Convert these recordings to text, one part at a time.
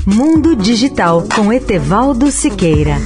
Mundo Digital com Etevaldo Siqueira.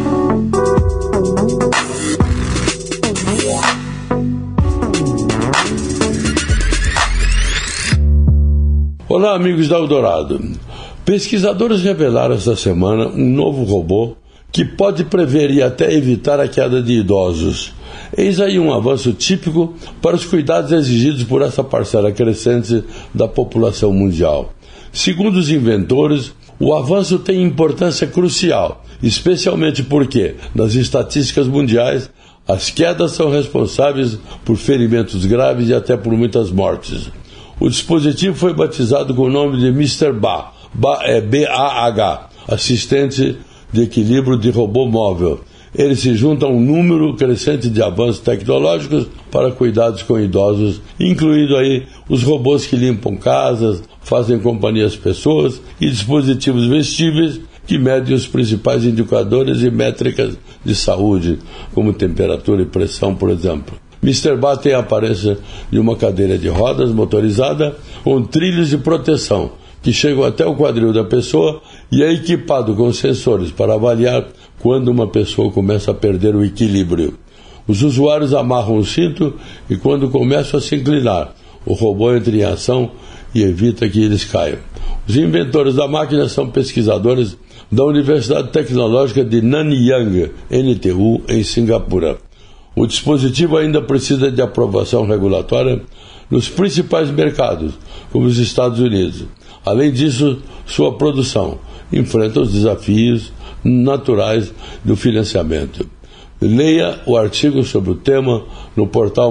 Olá, amigos da Eldorado. Pesquisadores revelaram esta semana um novo robô que pode prever e até evitar a queda de idosos. Eis aí um avanço típico para os cuidados exigidos por essa parcela crescente da população mundial. Segundo os inventores, o avanço tem importância crucial, especialmente porque, nas estatísticas mundiais, as quedas são responsáveis por ferimentos graves e até por muitas mortes. O dispositivo foi batizado com o nome de Mr. Bah, B-A-H, assistente de equilíbrio de robô móvel. Ele se junta a um número crescente de avanços tecnológicos para cuidados com idosos, incluindo aí os robôs que limpam casas, fazem companhia às pessoas e dispositivos vestíveis que medem os principais indicadores e métricas de saúde, como temperatura e pressão, por exemplo. Mr. Bah tem a aparência de uma cadeira de rodas motorizada com trilhos de proteção que chegam até o quadril da pessoa e é equipado com sensores para avaliar quando uma pessoa começa a perder o equilíbrio. Os usuários amarram o cinto e quando começam a se inclinar, o robô entra em ação e evita que eles caiam. Os inventores da máquina são pesquisadores da Universidade Tecnológica de Nanyang, NTU, em Singapura. O dispositivo ainda precisa de aprovação regulatória nos principais mercados, como os Estados Unidos. Além disso, sua produção enfrenta os desafios naturais do financiamento. Leia o artigo sobre o tema no portal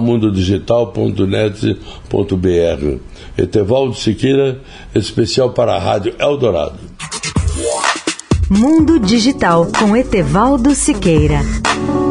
mundodigital.net.br. Etevaldo Siqueira, especial para a Rádio Eldorado. Mundo Digital com Etevaldo Siqueira.